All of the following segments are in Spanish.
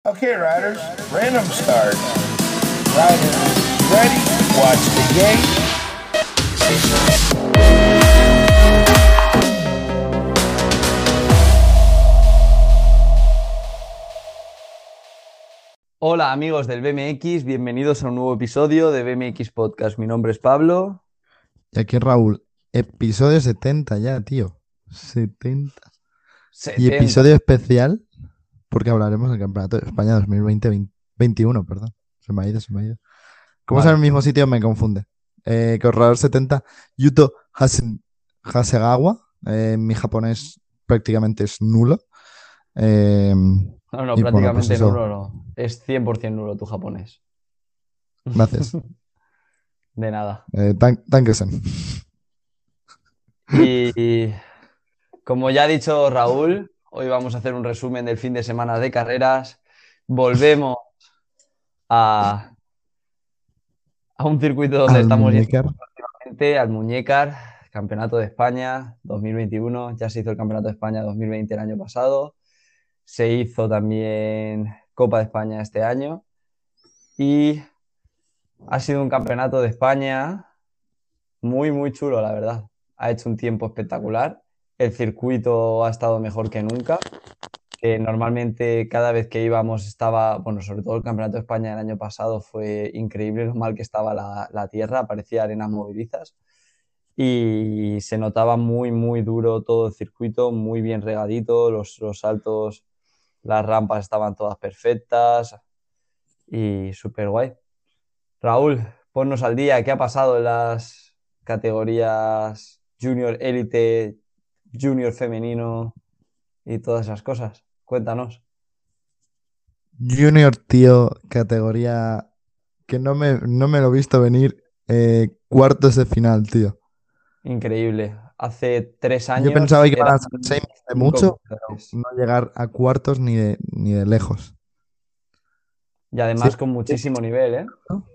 Okay, riders, random start. Riders, ready? Watch the gate. Hola amigos del BMX, bienvenidos a un nuevo episodio de BMX Podcast. Mi nombre es Pablo. Y aquí Raúl, episodio 70 ya, tío. 70. Y 70. episodio especial, porque hablaremos del Campeonato de España 2020-21, perdón. Se me ha ido. Como es en el Vale, mismo sitio, me confunde. Corredor 70, Yuto Hasegawa. Mi japonés prácticamente es nulo. Eh, no, y bueno, pues prácticamente eso. nulo no. Es 100% nulo tu japonés. Gracias. De nada. Dankeschön. Y como ya ha dicho Raúl, hoy vamos a hacer un resumen del fin de semana de carreras. Volvemos a, a un circuito donde Al estamos yendo muñecar. últimamente, al Muñécar, Campeonato de España 2021. Ya se hizo el Campeonato de España 2020 el año pasado. Se hizo también Copa de España este año y ha sido un campeonato de España muy, muy chulo, la verdad. Ha hecho un tiempo espectacular. El circuito ha estado mejor que nunca. Normalmente cada vez que íbamos estaba, bueno, sobre todo el Campeonato de España del año pasado fue increíble lo mal que estaba la tierra, parecía arenas movedizas y se notaba muy, muy duro todo el circuito, muy bien regadito, los saltos, las rampas estaban todas perfectas y súper guay. Raúl, ponnos al día, ¿qué ha pasado en las categorías Junior Élite, Junior Femenino y todas esas cosas? Cuéntanos. Junior, tío, categoría que no me lo he visto venir. Cuartos de final, tío. Increíble. Hace 3 años Yo pensaba que iban eran a ser semis de 5 mucho, corredores. no llegar a cuartos ni de lejos. Y Sí. además con muchísimo nivel, ¿eh?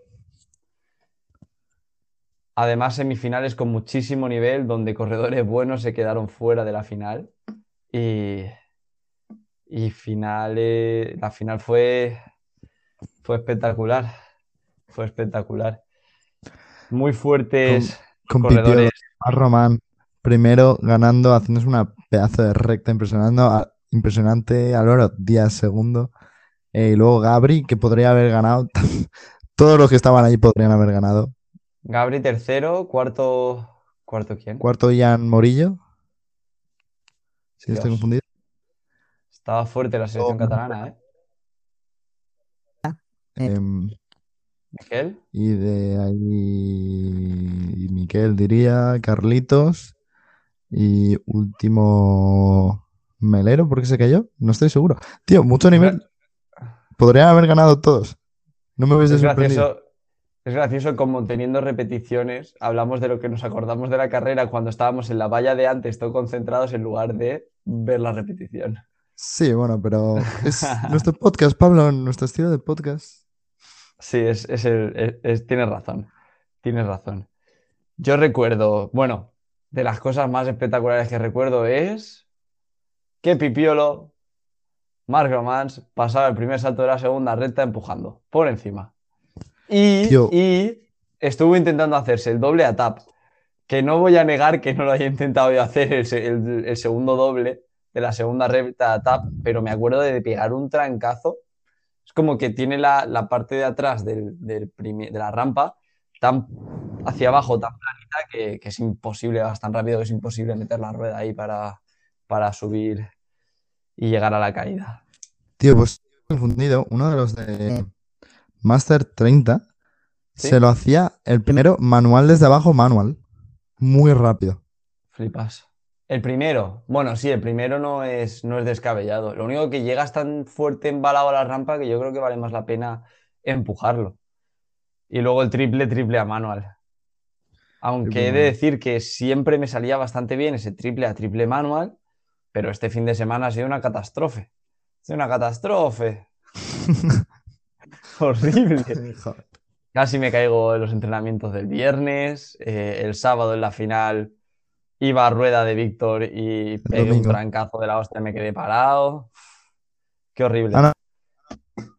Además, semifinales con muchísimo nivel, donde corredores buenos se quedaron fuera de la final. Y, y la final fue espectacular. Fue espectacular. Muy Com- fuertes Compitió corredores. Mar Román primero ganando, haciéndose una pedazo de recta impresionante. Álvaro Díaz segundo. Y luego Gabri, que podría haber ganado. Todos los que estaban ahí podrían haber ganado. Gabri tercero, cuarto. ¿Cuarto quién? Cuarto, Ian Morillo, si no estoy Dios. confundido. Estaba fuerte la selección catalana, ¿eh? Em, Miguel. y de ahí Miquel diría, Carlitos y último Melero, ¿por qué se cayó? No estoy seguro. Tío, mucho Es, gra- nivel. Podrían haber ganado todos. No me hubiese es sorprendido. gracioso. Es gracioso como teniendo repeticiones, hablamos de lo que nos acordamos de la carrera cuando estábamos en la valla de antes, todo concentrados en lugar de ver la repetición. Sí, bueno, pero es nuestro podcast, Pablo, nuestro estilo de podcast. Sí, tienes razón. Tienes razón. Yo recuerdo, bueno, de las cosas más espectaculares que recuerdo es que Pipiolo, Marc Romans, pasaba el primer salto de la segunda recta empujando por encima. Y, Tío, y estuvo intentando hacerse el doble a tap, que no voy a negar que no lo haya intentado yo hacer el segundo doble de la segunda recta a tap, pero me acuerdo de pegar un trancazo. Es como que tiene la parte de atrás de la rampa tan hacia abajo, tan planita, que es imposible, vas tan rápido que es imposible meter la rueda ahí para subir y llegar a la caída. tío, pues estoy confundido. Uno de los de Master 30 se ¿Sí? lo hacía el primero manual desde abajo, manual. Muy rápido. Flipas. El primero, bueno, sí, el primero no es descabellado. Lo único que llegas tan fuerte embalado a la rampa que yo creo que vale más la pena empujarlo. Y luego el triple, triple a manual. Triple Aunque he de manual. decir que siempre me salía bastante bien ese triple a triple manual, pero este fin de semana ha sido una catástrofe. Ha sido una catástrofe. Horrible. Joder. Casi me caigo en los entrenamientos del viernes. El sábado en la final iba a rueda de Víctor y El pegué un domingo. trancazo de la hostia, me quedé parado. Qué Ah, horrible. no,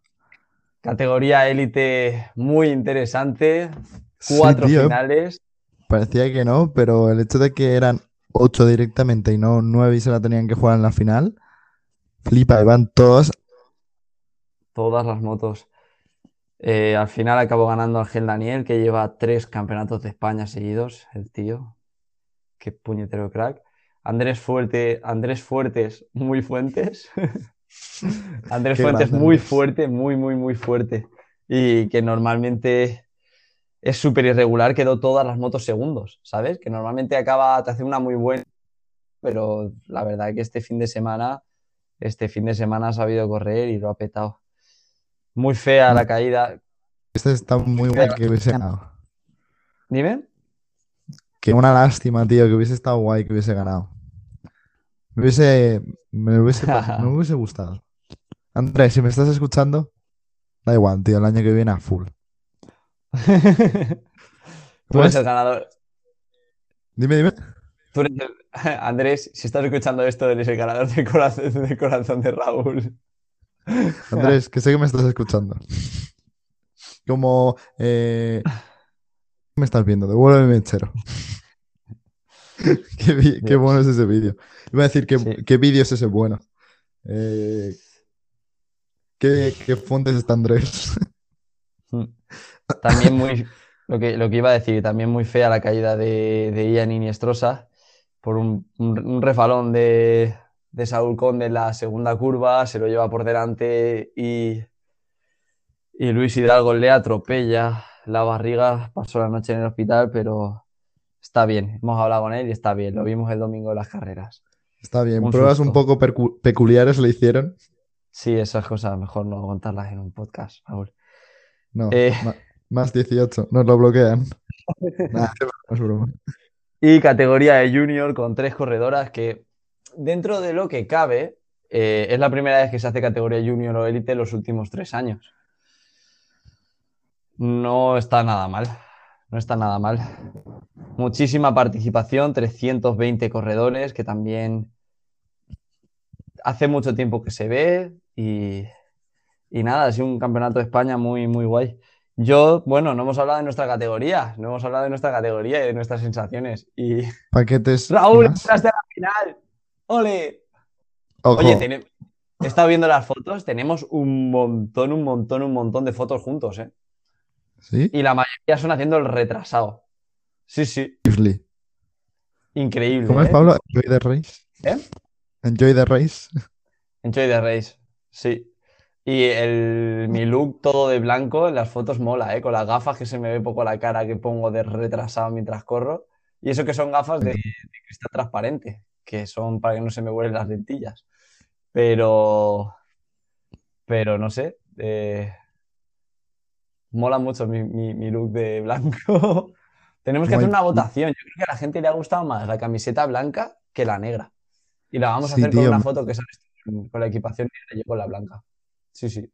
Categoría élite muy interesante. Sí, 4 tío, finales. parecía que no, pero el hecho de que eran 8 directamente y no 9 y se la tenían que jugar en la final, flipa, iban todos. Todas las motos. Al final acabó ganando Ángel Daniel, que lleva 3 campeonatos de España seguidos, el tío. Qué puñetero crack. Andrés Fuertes, muy fuentes. Andrés Qué Fuentes grande, muy Andrés. fuerte, muy, muy, muy fuerte. Y que normalmente es súper irregular, quedó todas las motos segundos, ¿sabes? Que normalmente te hace una muy buena, pero la verdad es que este fin de semana ha sabido correr y lo ha petado. Muy fea la caída. Este está muy guay que hubiese ganado. Dime. Que una lástima, tío, que hubiese estado guay que hubiese ganado. Me hubiese, me hubiese gustado. Andrés, si me estás escuchando, da igual, tío, el año que viene a full. Tú ¿Cómo eres el es? ganador. Dime, dime. Andrés, si estás escuchando esto, eres el ganador del corazón de Raúl. Andrés, que sé que me estás escuchando. Como, ¿qué me estás viendo? Devuélveme mi mechero. Qué bueno Dios. es ese vídeo. Iba a decir, Sí. ¿qué vídeo es ese bueno? Eh, ¿qué fuentes está Andrés? Mm. También lo que iba a decir, también muy fea la caída de Ian Iniestrosa por un refalón de Saúl Conde en la segunda curva, se lo lleva por delante y Luis Hidalgo le atropella la barriga, pasó la noche en el hospital, pero está bien, hemos hablado con él y está bien, lo vimos el domingo en las carreras. Está bien, Un pruebas un susto. poco peculiares le hicieron. Sí, esas cosas mejor no contarlas en un podcast, Raúl. No, Eh, más 18, nos lo bloquean. Nah, es broma. y categoría de junior con 3 corredoras que dentro de lo que cabe es la primera vez que se hace categoría junior o élite en los últimos 3 años. No está nada mal, no está nada mal. Muchísima participación, 320 corredores, que también hace mucho tiempo que se ve y nada, ha sido un campeonato de España muy, muy guay. Bueno, no hemos hablado de nuestra categoría, no hemos hablado de nuestra categoría y de nuestras sensaciones. Y Paquetes Raúl, más. entraste a la final. ¡Ole! Oye, Ojo, he estado viendo las fotos, tenemos un montón de fotos juntos, ¿eh? ¿sí? Y la mayoría son haciendo el retrasado. Sí, sí, Lively. ¿Cómo es, increíble, ¿eh? Pablo? Enjoy the race. ¿Eh? Enjoy the race. Enjoy the race, sí. Y mi look todo de blanco en las fotos mola, ¿eh? Con las gafas que se me ve poco la cara que pongo de retrasado mientras corro. Y eso que son gafas de cristal transparente, que son para que no se me vuelen las lentillas. Pero, pero no sé, mola mucho mi look de blanco. Tenemos que hacer Guay. una votación. Yo creo que a la gente le ha gustado más la camiseta blanca que la negra. Y la vamos a Sí, hacer con tío. una foto que sales tú con la equipación negra y yo con la blanca. Sí, sí,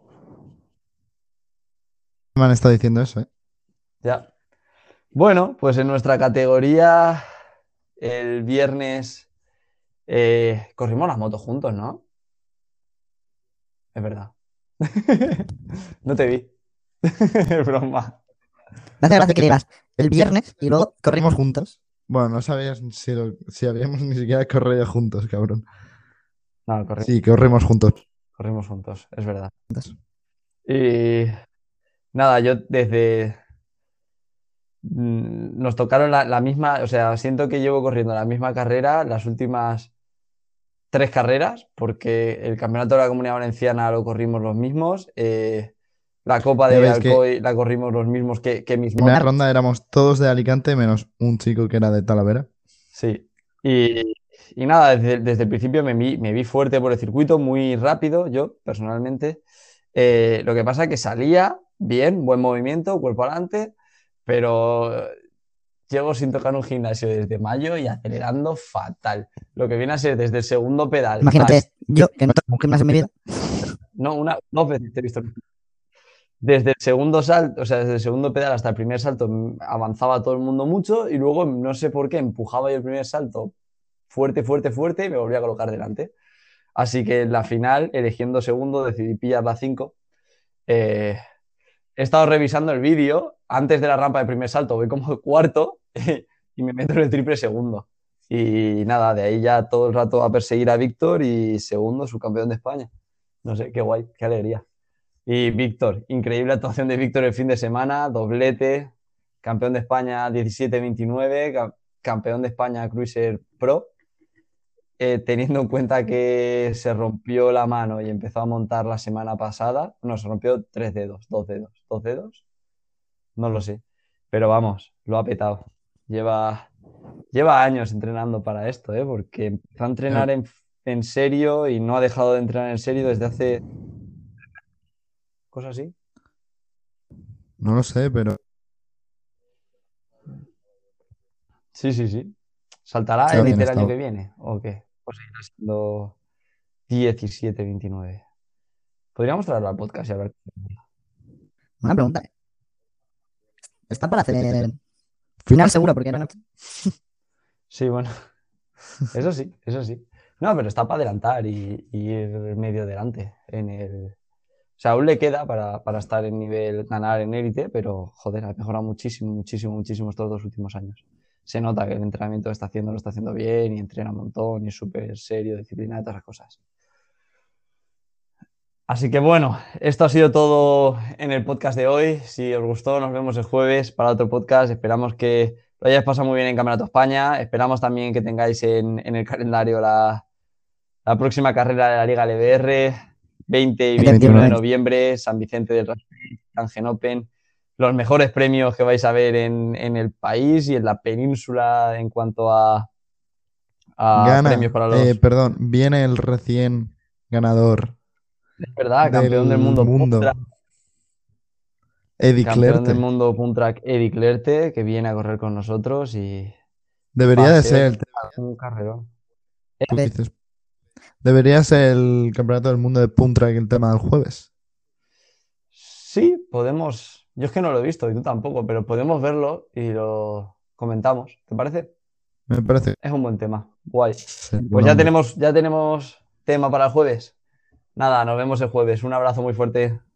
Me han estado diciendo eso, ¿eh? ya. Bueno, pues en nuestra categoría el viernes corrimos las motos juntos, ¿no? Es verdad. No te vi. Es broma. Me hace gracia que digas el viernes y luego Corrimos corrimos juntos. Bueno, no sabías si habíamos ni siquiera corrido juntos, cabrón. No, Sí, corrimos juntos. corrimos juntos, es verdad. juntos. Y nada, yo nos tocaron la misma, o sea, siento que llevo corriendo la misma carrera las últimas 3 carreras, porque el campeonato de la Comunidad Valenciana lo corrimos los mismos, la Copa Ya de ves que Alcoy la corrimos los mismos que mis en primera motos. ronda éramos todos de Alicante menos un chico que era de Talavera. Sí. Y nada, desde el principio me vi fuerte por el circuito, muy rápido, yo personalmente. Lo que pasa es que salía bien, buen movimiento, cuerpo adelante, pero llevo sin tocar un gimnasio desde mayo y acelerando fatal. Lo que viene a ser desde el segundo pedal Imagínate, yo que no toco un gimnasio en mi vida, no, dos veces te he visto. Desde el segundo salto, o sea, desde el segundo pedal hasta el primer salto avanzaba todo el mundo mucho y luego no sé por qué empujaba yo el primer salto fuerte, fuerte, fuerte y me volví a colocar delante. Así que en la final, eligiendo segundo, decidí pillar la 5 he estado revisando el vídeo. Antes de la rampa de primer salto voy como cuarto y me meto en el triple segundo. Y nada, de ahí ya todo el rato a perseguir a Víctor y segundo, subcampeón de España. No sé, qué guay, qué alegría. Y Víctor, increíble actuación de Víctor el fin de semana, doblete, campeón de España 17-29, campeón de España Cruiser Pro. Teniendo en cuenta que se rompió la mano y empezó a montar la semana pasada, no, se rompió dos dedos, no lo sé, pero vamos, lo ha petado. Lleva años entrenando para esto, porque empezó a entrenar en serio y no ha dejado de entrenar en serio desde hace cosas así. No lo sé, pero Sí, sí, sí. ¿Saltará sí, bien élite el año estado. que viene o qué? ¿O seguirá siendo 17-29? Podríamos traerlo al podcast y hablar. Una pregunta. Está para hacer final seguro, porque no. Sí, bueno, eso sí, eso sí. No, pero está para adelantar y ir medio delante en el... O sea, aún le queda para estar en nivel, ganar en élite, pero joder, ha mejorado muchísimo, muchísimo, muchísimo estos 2 últimos años. Se nota que el entrenamiento lo está haciendo bien y entrena un montón y es súper serio, disciplinado y todas las cosas. Así que bueno, esto ha sido todo en el podcast de hoy. Si os gustó, nos vemos el jueves para otro podcast. Esperamos que lo hayáis pasado muy bien en Campeonato España. Esperamos también que tengáis en el calendario la próxima carrera de la Liga LBR, 20 y El 21 de 21. noviembre, San Vicente del Raspeig, Tangen Open. Los mejores premios que vais a ver en el país y en la península en cuanto a premios Gana, para los... perdón, viene el recién ganador Es verdad, campeón del del mundo mundo, Eddie Campeón del Clerte. mundo Punt Track Eric Lerte, que viene a correr con nosotros y va Debería a de ser ser un carrerón. tú dices, debería ser el campeonato del mundo de Punt Track el tema del jueves. Sí, podemos. Yo es que no lo he visto y tú tampoco, pero podemos verlo y lo comentamos. ¿Te parece? Me parece Es un buen tema. Guay. Pues buen hombre. ya tenemos tema para el jueves. Nada, nos vemos el jueves. Un abrazo muy fuerte.